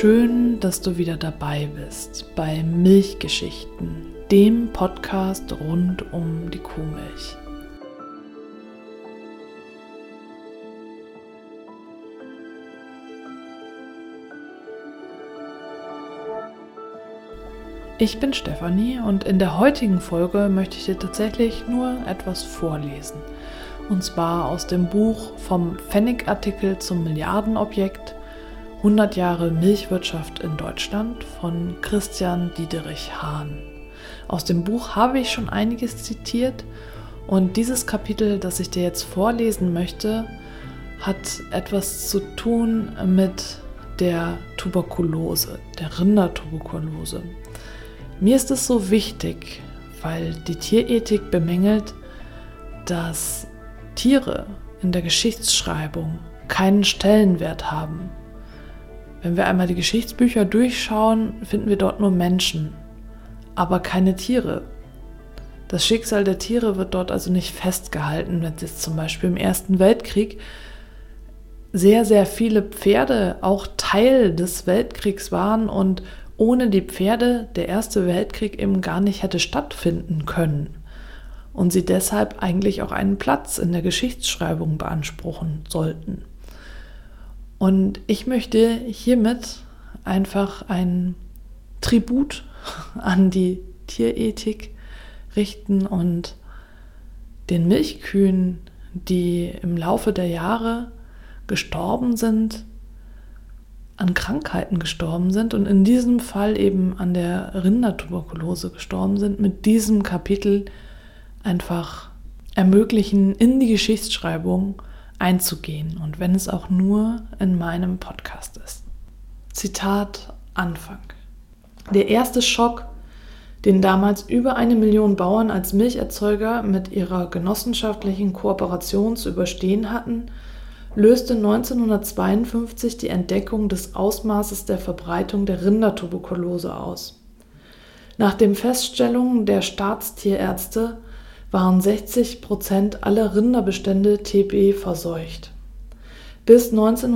Schön, dass du wieder dabei bist bei Milchgeschichten, dem Podcast rund um die Kuhmilch. Ich bin Stefanie und in der heutigen Folge möchte ich dir tatsächlich nur etwas vorlesen. Und zwar aus dem Buch Vom Pfennigartikel zum Milliardenobjekt 100 Jahre Milchwirtschaft in Deutschland von Christian Diederich Hahn. Aus dem Buch habe ich schon einiges zitiert und dieses Kapitel, das ich dir jetzt vorlesen möchte, hat etwas zu tun mit der Tuberkulose, der Rindertuberkulose. Mir ist es so wichtig, weil die Tierethik bemängelt, dass Tiere in der Geschichtsschreibung keinen Stellenwert haben. Wenn wir einmal die Geschichtsbücher durchschauen, finden wir dort nur Menschen, aber keine Tiere. Das Schicksal der Tiere wird dort also nicht festgehalten, wenn jetzt zum Beispiel im Ersten Weltkrieg sehr, sehr viele Pferde auch Teil des Weltkriegs waren und ohne die Pferde der Erste Weltkrieg eben gar nicht hätte stattfinden können und sie deshalb eigentlich auch einen Platz in der Geschichtsschreibung beanspruchen sollten. Und ich möchte hiermit einfach ein Tribut an die Tierethik richten und den Milchkühen, die im Laufe der Jahre gestorben sind, an Krankheiten gestorben sind und in diesem Fall eben an der Rindertuberkulose gestorben sind, mit diesem Kapitel einfach ermöglichen, in die Geschichtsschreibung einzugehen und wenn es auch nur in meinem Podcast ist. Zitat Anfang. Der erste Schock, den damals über 1 Million Bauern als Milcherzeuger mit ihrer genossenschaftlichen Kooperation zu überstehen hatten, löste 1952 die Entdeckung des Ausmaßes der Verbreitung der Rindertuberkulose aus. Nach den Feststellungen der Staatstierärzte waren 60% aller Rinderbestände TB verseucht. Bis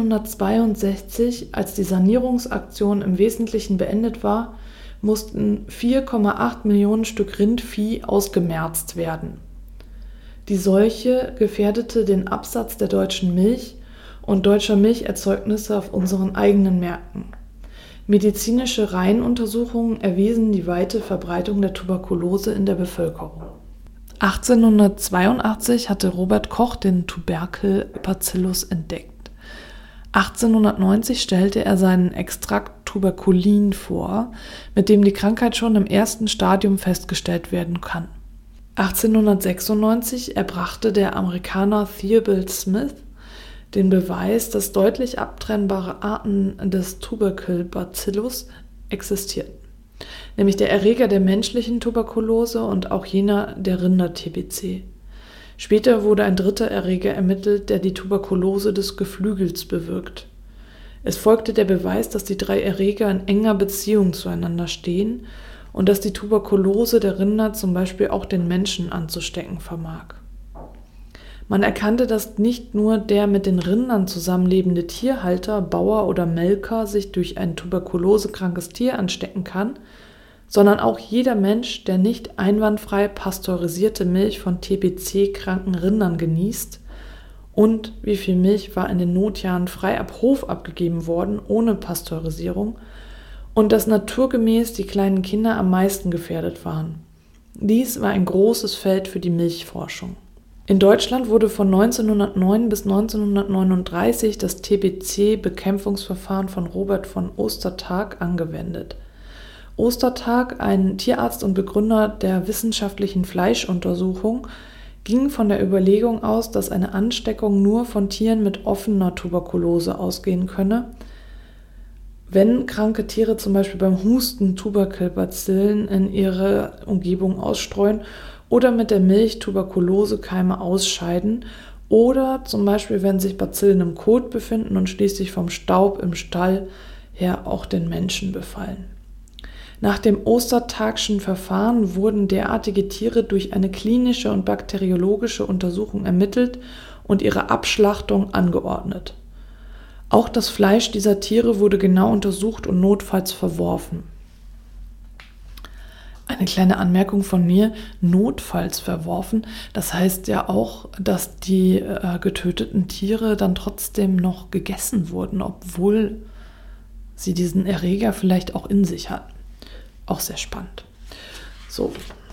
1962, als die Sanierungsaktion im Wesentlichen beendet war, mussten 4,8 Millionen Stück Rindvieh ausgemerzt werden. Die Seuche gefährdete den Absatz der deutschen Milch und deutscher Milcherzeugnisse auf unseren eigenen Märkten. Medizinische Reihenuntersuchungen erwiesen die weite Verbreitung der Tuberkulose in der Bevölkerung. 1882 hatte Robert Koch den Tuberkelbacillus entdeckt. 1890 stellte er seinen Extrakt Tuberkulin vor, mit dem die Krankheit schon im ersten Stadium festgestellt werden kann. 1896 erbrachte der Amerikaner Theobald Smith den Beweis, dass deutlich abtrennbare Arten des Tuberkelbacillus existierten, nämlich der Erreger der menschlichen Tuberkulose und auch jener der Rinder-TBC. Später wurde ein dritter Erreger ermittelt, der die Tuberkulose des Geflügels bewirkt. Es folgte der Beweis, dass die 3 Erreger in enger Beziehung zueinander stehen und dass die Tuberkulose der Rinder zum Beispiel auch den Menschen anzustecken vermag. Man erkannte, dass nicht nur der mit den Rindern zusammenlebende Tierhalter, Bauer oder Melker sich durch ein tuberkulosekrankes Tier anstecken kann, sondern auch jeder Mensch, der nicht einwandfrei pasteurisierte Milch von TBC-kranken Rindern genießt und wie viel Milch war in den Notjahren frei ab Hof abgegeben worden, ohne Pasteurisierung, und dass naturgemäß die kleinen Kinder am meisten gefährdet waren. Dies war ein großes Feld für die Milchforschung. In Deutschland wurde von 1909 bis 1939 das TBC-Bekämpfungsverfahren von Robert von Ostertag angewendet. Ostertag, ein Tierarzt und Begründer der wissenschaftlichen Fleischuntersuchung, ging von der Überlegung aus, dass eine Ansteckung nur von Tieren mit offener Tuberkulose ausgehen könne, wenn kranke Tiere zum Beispiel beim Husten Tuberkelbazillen in ihre Umgebung ausstreuen oder mit der Milch Tuberkulosekeime ausscheiden oder zum Beispiel, wenn sich Bazillen im Kot befinden und schließlich vom Staub im Stall her auch den Menschen befallen. Nach dem Ostertagschen Verfahren wurden derartige Tiere durch eine klinische und bakteriologische Untersuchung ermittelt und ihre Abschlachtung angeordnet. Auch das Fleisch dieser Tiere wurde genau untersucht und notfalls verworfen. Eine kleine Anmerkung von mir, notfalls verworfen, das heißt ja auch, dass die getöteten Tiere dann trotzdem noch gegessen wurden, obwohl sie diesen Erreger vielleicht auch in sich hatten. Auch sehr spannend. So.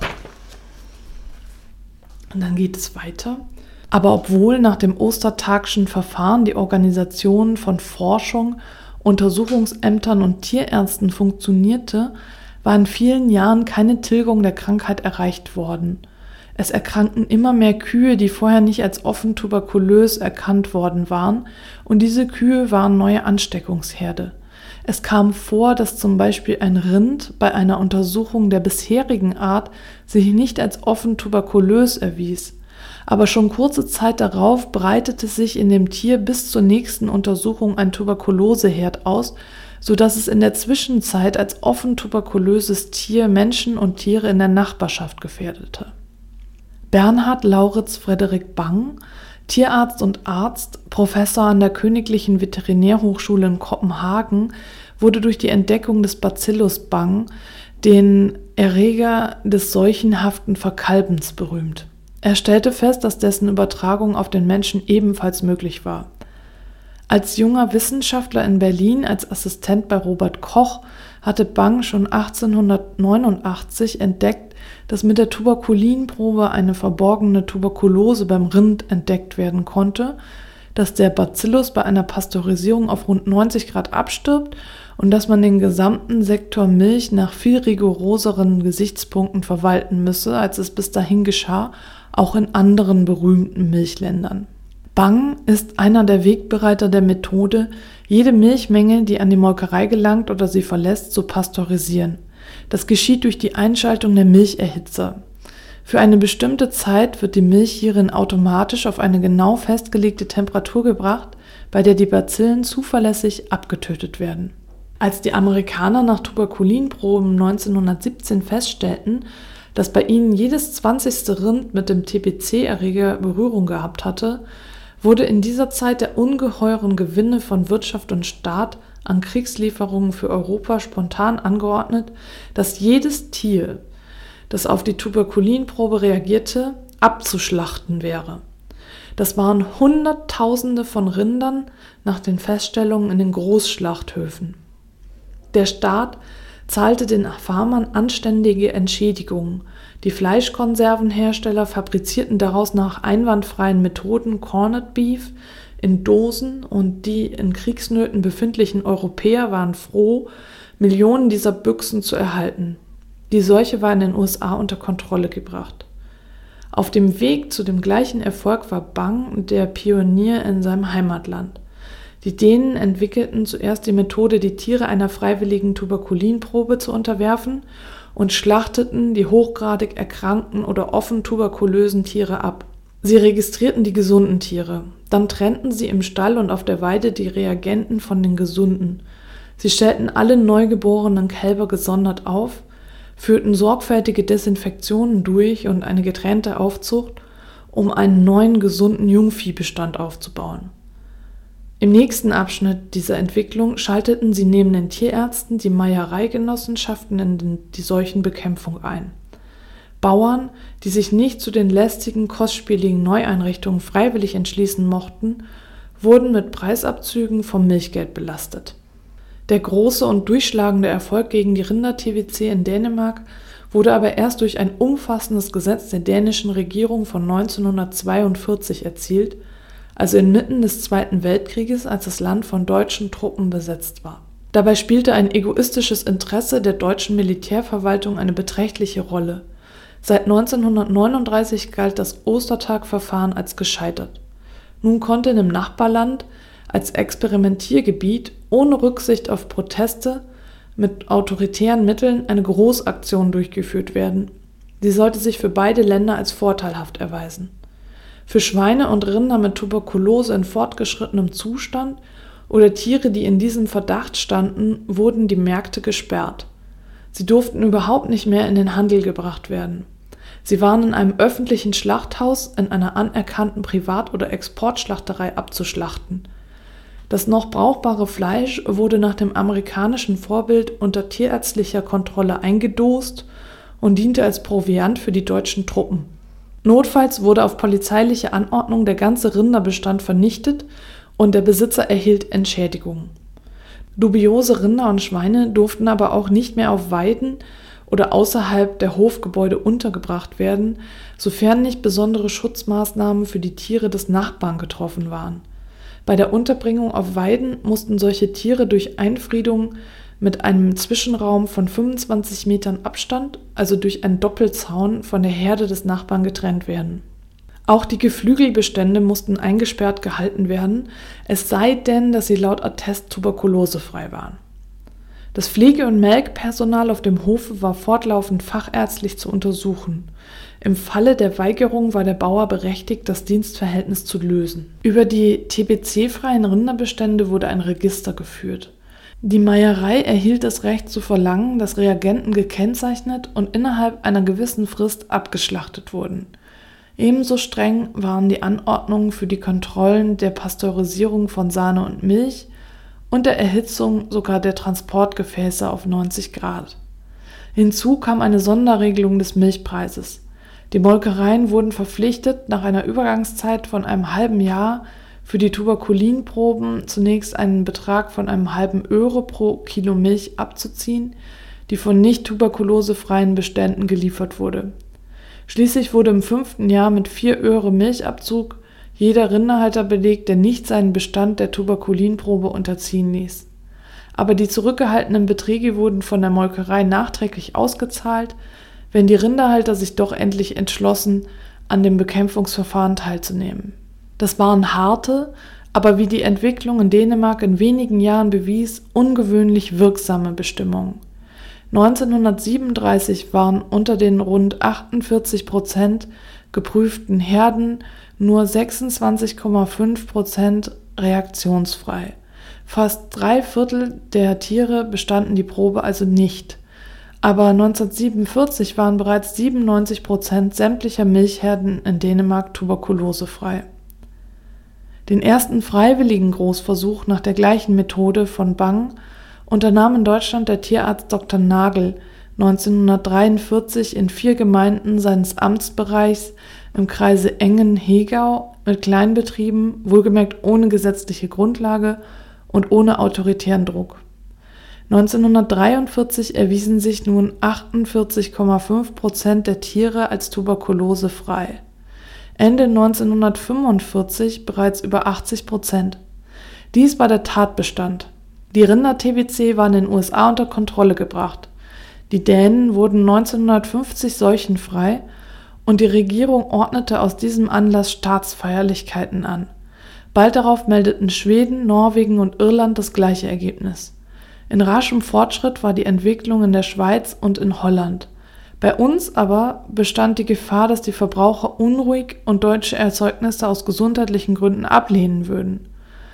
Und dann geht es weiter. Aber obwohl nach dem Ostertagschen Verfahren die Organisation von Forschung, Untersuchungsämtern und Tierärzten funktionierte, war in vielen Jahren keine Tilgung der Krankheit erreicht worden. Es erkrankten immer mehr Kühe, die vorher nicht als offen tuberkulös erkannt worden waren, und diese Kühe waren neue Ansteckungsherde. Es kam vor, dass zum Beispiel ein Rind bei einer Untersuchung der bisherigen Art sich nicht als offen tuberkulös erwies. Aber schon kurze Zeit darauf breitete sich in dem Tier bis zur nächsten Untersuchung ein Tuberkuloseherd aus, sodass es in der Zwischenzeit als offen tuberkulöses Tier Menschen und Tiere in der Nachbarschaft gefährdete. Bernhard Lauritz Frederik Bang, Tierarzt und Arzt, Professor an der Königlichen Veterinärhochschule in Kopenhagen, wurde durch die Entdeckung des Bacillus Bang, den Erreger des seuchenhaften Verkalbens, berühmt. Er stellte fest, dass dessen Übertragung auf den Menschen ebenfalls möglich war. Als junger Wissenschaftler in Berlin als Assistent bei Robert Koch hatte Bang schon 1889 entdeckt, dass mit der Tuberkulinprobe eine verborgene Tuberkulose beim Rind entdeckt werden konnte, dass der Bacillus bei einer Pasteurisierung auf rund 90 Grad abstirbt und dass man den gesamten Sektor Milch nach viel rigoroseren Gesichtspunkten verwalten müsse, als es bis dahin geschah, auch in anderen berühmten Milchländern. Bang ist einer der Wegbereiter der Methode, jede Milchmenge, die an die Molkerei gelangt oder sie verlässt, zu pasteurisieren. Das geschieht durch die Einschaltung der Milcherhitzer. Für eine bestimmte Zeit wird die Milch hierin automatisch auf eine genau festgelegte Temperatur gebracht, bei der die Bazillen zuverlässig abgetötet werden. Als die Amerikaner nach Tuberkulinproben 1917 feststellten, dass bei ihnen jedes 20. Rind mit dem TBC-Erreger Berührung gehabt hatte, wurde in dieser Zeit der ungeheuren Gewinne von Wirtschaft und Staat an Kriegslieferungen für Europa spontan angeordnet, dass jedes Tier, das auf die Tuberkulinprobe reagierte, abzuschlachten wäre. Das waren Hunderttausende von Rindern nach den Feststellungen in den Großschlachthöfen. Der Staat zahlte den Farmern anständige Entschädigungen. Die Fleischkonservenhersteller fabrizierten daraus nach einwandfreien Methoden Corned Beef in Dosen und die in Kriegsnöten befindlichen Europäer waren froh, Millionen dieser Büchsen zu erhalten. Die Seuche war in den USA unter Kontrolle gebracht. Auf dem Weg zu dem gleichen Erfolg war Bang der Pionier in seinem Heimatland. Die Dänen entwickelten zuerst die Methode, die Tiere einer freiwilligen Tuberkulinprobe zu unterwerfen und schlachteten die hochgradig erkrankten oder offen tuberkulösen Tiere ab. Sie registrierten die gesunden Tiere. Dann trennten sie im Stall und auf der Weide die Reagenten von den gesunden. Sie stellten alle neugeborenen Kälber gesondert auf, führten sorgfältige Desinfektionen durch und eine getrennte Aufzucht, um einen neuen gesunden Jungviehbestand aufzubauen. Im nächsten Abschnitt dieser Entwicklung schalteten sie neben den Tierärzten die Meiereigenossenschaften in die Seuchenbekämpfung ein. Bauern, die sich nicht zu den lästigen, kostspieligen Neueinrichtungen freiwillig entschließen mochten, wurden mit Preisabzügen vom Milchgeld belastet. Der große und durchschlagende Erfolg gegen die Rinder-TBC in Dänemark wurde aber erst durch ein umfassendes Gesetz der dänischen Regierung von 1942 erzielt, also inmitten des Zweiten Weltkrieges, als das Land von deutschen Truppen besetzt war. Dabei spielte ein egoistisches Interesse der deutschen Militärverwaltung eine beträchtliche Rolle. Seit 1939 galt das Ostertag-Verfahren als gescheitert. Nun konnte in dem Nachbarland als Experimentiergebiet ohne Rücksicht auf Proteste mit autoritären Mitteln eine Großaktion durchgeführt werden. Sie sollte sich für beide Länder als vorteilhaft erweisen. Für Schweine und Rinder mit Tuberkulose in fortgeschrittenem Zustand oder Tiere, die in diesem Verdacht standen, wurden die Märkte gesperrt. Sie durften überhaupt nicht mehr in den Handel gebracht werden. Sie waren in einem öffentlichen Schlachthaus in einer anerkannten Privat- oder Exportschlachterei abzuschlachten. Das noch brauchbare Fleisch wurde nach dem amerikanischen Vorbild unter tierärztlicher Kontrolle eingedost und diente als Proviant für die deutschen Truppen. Notfalls wurde auf polizeiliche Anordnung der ganze Rinderbestand vernichtet und der Besitzer erhielt Entschädigung. Dubiose Rinder und Schweine durften aber auch nicht mehr auf Weiden oder außerhalb der Hofgebäude untergebracht werden, sofern nicht besondere Schutzmaßnahmen für die Tiere des Nachbarn getroffen waren. Bei der Unterbringung auf Weiden mussten solche Tiere durch Einfriedung mit einem Zwischenraum von 25 Metern Abstand, also durch einen Doppelzaun, von der Herde des Nachbarn getrennt werden. Auch die Geflügelbestände mussten eingesperrt gehalten werden, es sei denn, dass sie laut Attest tuberkulosefrei waren. Das Pflege- und Melkpersonal auf dem Hofe war fortlaufend fachärztlich zu untersuchen. Im Falle der Weigerung war der Bauer berechtigt, das Dienstverhältnis zu lösen. Über die TBC-freien Rinderbestände wurde ein Register geführt. Die Meierei erhielt das Recht zu verlangen, dass Reagenten gekennzeichnet und innerhalb einer gewissen Frist abgeschlachtet wurden. Ebenso streng waren die Anordnungen für die Kontrollen der Pasteurisierung von Sahne und Milch und der Erhitzung sogar der Transportgefäße auf 90 Grad. Hinzu kam eine Sonderregelung des Milchpreises. Die Molkereien wurden verpflichtet, nach einer Übergangszeit von einem halben Jahr für die Tuberkulinproben zunächst einen Betrag von einem halben Öre pro Kilo Milch abzuziehen, die von nicht tuberkulosefreien Beständen geliefert wurde. Schließlich wurde im 5. Jahr mit 4 Öre Milchabzug jeder Rinderhalter belegt, der nicht seinen Bestand der Tuberkulinprobe unterziehen ließ. Aber die zurückgehaltenen Beträge wurden von der Molkerei nachträglich ausgezahlt, wenn die Rinderhalter sich doch endlich entschlossen, an dem Bekämpfungsverfahren teilzunehmen. Das waren harte, aber wie die Entwicklung in Dänemark in wenigen Jahren bewies, ungewöhnlich wirksame Bestimmungen. 1937 waren unter den rund 48% geprüften Herden nur 26,5% reaktionsfrei. Fast 3/4 der Tiere bestanden die Probe also nicht. Aber 1947 waren bereits 97% sämtlicher Milchherden in Dänemark tuberkulosefrei. Den ersten freiwilligen Großversuch nach der gleichen Methode von Bang unternahm in Deutschland der Tierarzt Dr. Nagel 1943 in 4 Gemeinden seines Amtsbereichs im Kreise Engen-Hegau mit Kleinbetrieben, wohlgemerkt ohne gesetzliche Grundlage und ohne autoritären Druck. 1943 erwiesen sich nun 48,5% der Tiere als tuberkulosefrei. Ende 1945 bereits über 80%. Dies war der Tatbestand. Die Rinder-TBC waren in den USA unter Kontrolle gebracht. Die Dänen wurden 1950 seuchenfrei und die Regierung ordnete aus diesem Anlass Staatsfeierlichkeiten an. Bald darauf meldeten Schweden, Norwegen und Irland das gleiche Ergebnis. In raschem Fortschritt war die Entwicklung in der Schweiz und in Holland. Bei uns aber bestand die Gefahr, dass die Verbraucher unruhig und deutsche Erzeugnisse aus gesundheitlichen Gründen ablehnen würden.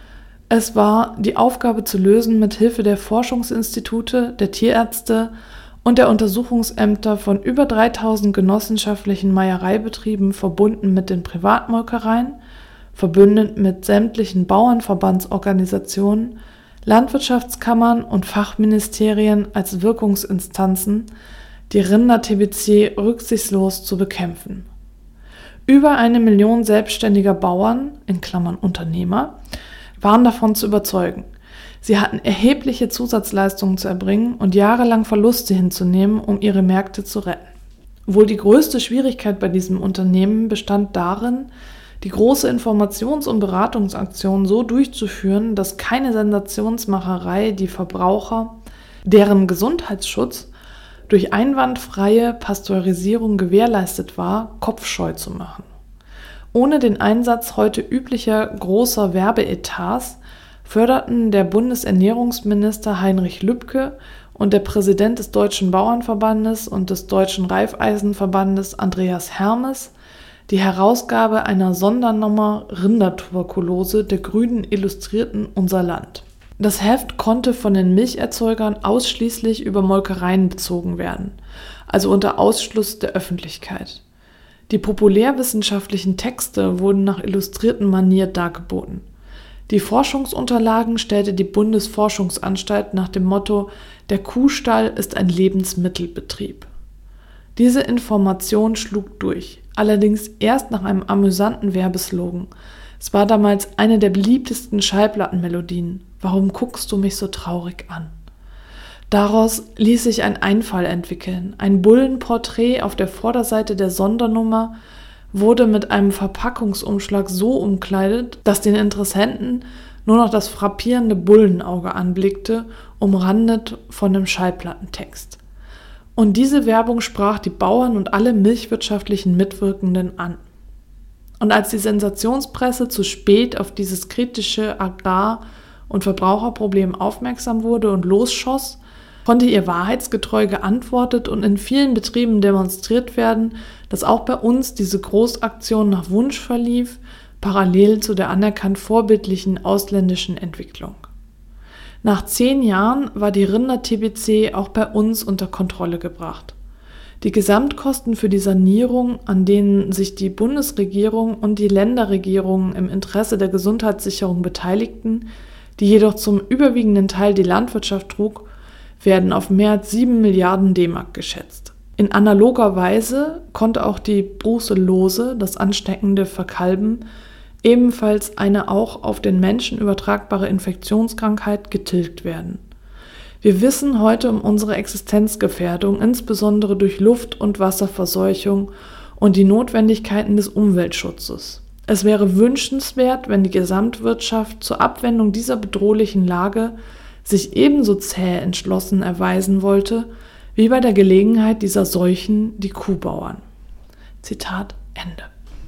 Es war die Aufgabe zu lösen, mit Hilfe der Forschungsinstitute, der Tierärzte und der Untersuchungsämter von über 3000 genossenschaftlichen Meiereibetrieben, verbunden mit den Privatmolkereien, verbündet mit sämtlichen Bauernverbandsorganisationen, Landwirtschaftskammern und Fachministerien als Wirkungsinstanzen, die Rinder-TBC rücksichtslos zu bekämpfen. Über 1 Million selbstständiger Bauern (Unternehmer) waren davon zu überzeugen. Sie hatten erhebliche Zusatzleistungen zu erbringen und jahrelang Verluste hinzunehmen, um ihre Märkte zu retten. Wohl die größte Schwierigkeit bei diesem Unternehmen bestand darin, die große Informations- und Beratungsaktion so durchzuführen, dass keine Sensationsmacherei die Verbraucher, deren Gesundheitsschutz durch einwandfreie Pasteurisierung gewährleistet war, kopfscheu zu machen. Ohne den Einsatz heute üblicher großer Werbeetats förderten der Bundesernährungsminister Heinrich Lübke und der Präsident des Deutschen Bauernverbandes und des Deutschen Reifeisenverbandes Andreas Hermes die Herausgabe einer Sondernummer Rindertuberkulose der Grünen Illustrierten Unser Land. Das Heft konnte von den Milcherzeugern ausschließlich über Molkereien bezogen werden, also unter Ausschluss der Öffentlichkeit. Die populärwissenschaftlichen Texte wurden nach illustrierten Manier dargeboten. Die Forschungsunterlagen stellte die Bundesforschungsanstalt nach dem Motto: Der Kuhstall ist ein Lebensmittelbetrieb. Diese Information schlug durch, allerdings erst nach einem amüsanten Werbeslogan. Es war damals eine der beliebtesten Schallplattenmelodien. Warum guckst du mich so traurig an? Daraus ließ sich ein Einfall entwickeln. Ein Bullenporträt auf der Vorderseite der Sondernummer wurde mit einem Verpackungsumschlag so umkleidet, dass den Interessenten nur noch das frappierende Bullenauge anblickte, umrandet von dem Schallplattentext. Und diese Werbung sprach die Bauern und alle milchwirtschaftlichen Mitwirkenden an. Und als die Sensationspresse zu spät auf dieses kritische Agrar- und Verbraucherproblem aufmerksam wurde und losschoss, konnte ihr wahrheitsgetreu geantwortet und in vielen Betrieben demonstriert werden, dass auch bei uns diese Großaktion nach Wunsch verlief, parallel zu der anerkannt vorbildlichen ausländischen Entwicklung. Nach 10 Jahren war die Rinder-TBC auch bei uns unter Kontrolle gebracht. Die Gesamtkosten für die Sanierung, an denen sich die Bundesregierung und die Länderregierungen im Interesse der Gesundheitssicherung beteiligten, die jedoch zum überwiegenden Teil die Landwirtschaft trug, werden auf mehr als 7 Milliarden D-Mark geschätzt. In analoger Weise konnte auch die Brucellose, das ansteckende Verkalben, ebenfalls eine auch auf den Menschen übertragbare Infektionskrankheit, getilgt werden. Wir wissen heute um unsere Existenzgefährdung, insbesondere durch Luft- und Wasserverseuchung und die Notwendigkeiten des Umweltschutzes. Es wäre wünschenswert, wenn die Gesamtwirtschaft zur Abwendung dieser bedrohlichen Lage sich ebenso zäh entschlossen erweisen wollte, wie bei der Gelegenheit dieser Seuchen die Kuhbauern. Zitat Ende.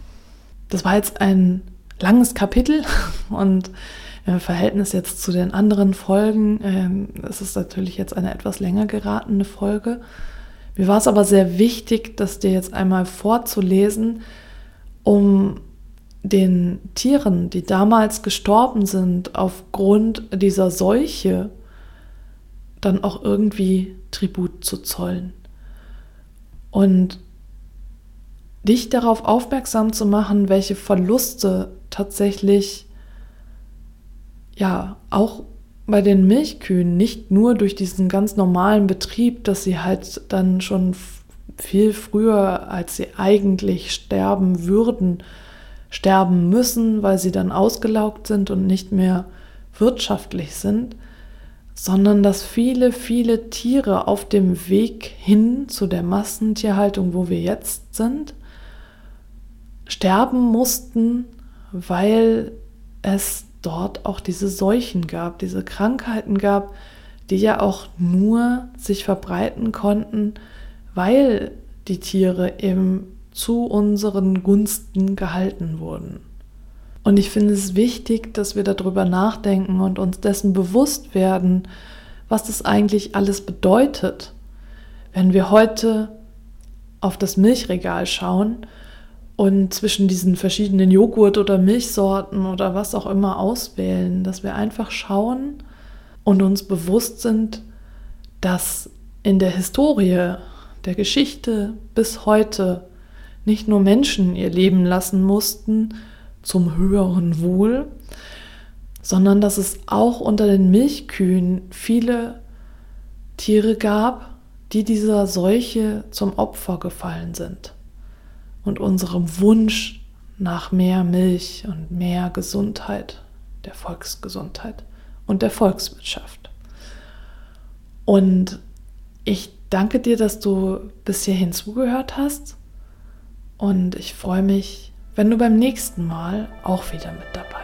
Das war jetzt ein langes Kapitel und im Verhältnis jetzt zu den anderen Folgen, es ist natürlich jetzt eine etwas länger geratene Folge. Mir war es aber sehr wichtig, das dir jetzt einmal vorzulesen, um den Tieren, die damals gestorben sind aufgrund dieser Seuche, dann auch irgendwie Tribut zu zollen. Und dich darauf aufmerksam zu machen, welche Verluste tatsächlich ja auch bei den Milchkühen, nicht nur durch diesen ganz normalen Betrieb, dass sie halt dann schon viel früher, als sie eigentlich sterben würden, sterben müssen, weil sie dann ausgelaugt sind und nicht mehr wirtschaftlich sind, sondern dass viele, viele Tiere auf dem Weg hin zu der Massentierhaltung, wo wir jetzt sind, sterben mussten, weil es dort auch diese Seuchen gab, diese Krankheiten gab, die ja auch nur sich verbreiten konnten, weil die Tiere eben zu unseren Gunsten gehalten wurden. Und ich finde es wichtig, dass wir darüber nachdenken und uns dessen bewusst werden, was das eigentlich alles bedeutet, wenn wir heute auf das Milchregal schauen und zwischen diesen verschiedenen Joghurt- oder Milchsorten oder was auch immer auswählen, dass wir einfach schauen und uns bewusst sind, dass in der Historie, der Geschichte bis heute nicht nur Menschen ihr Leben lassen mussten zum höheren Wohl, sondern dass es auch unter den Milchkühen viele Tiere gab, die dieser Seuche zum Opfer gefallen sind und unserem Wunsch nach mehr Milch und mehr Gesundheit, der Volksgesundheit und der Volkswirtschaft. Und ich danke dir, dass du bis hierhin zugehört hast. Und ich freue mich, wenn du beim nächsten Mal auch wieder mit dabei bist.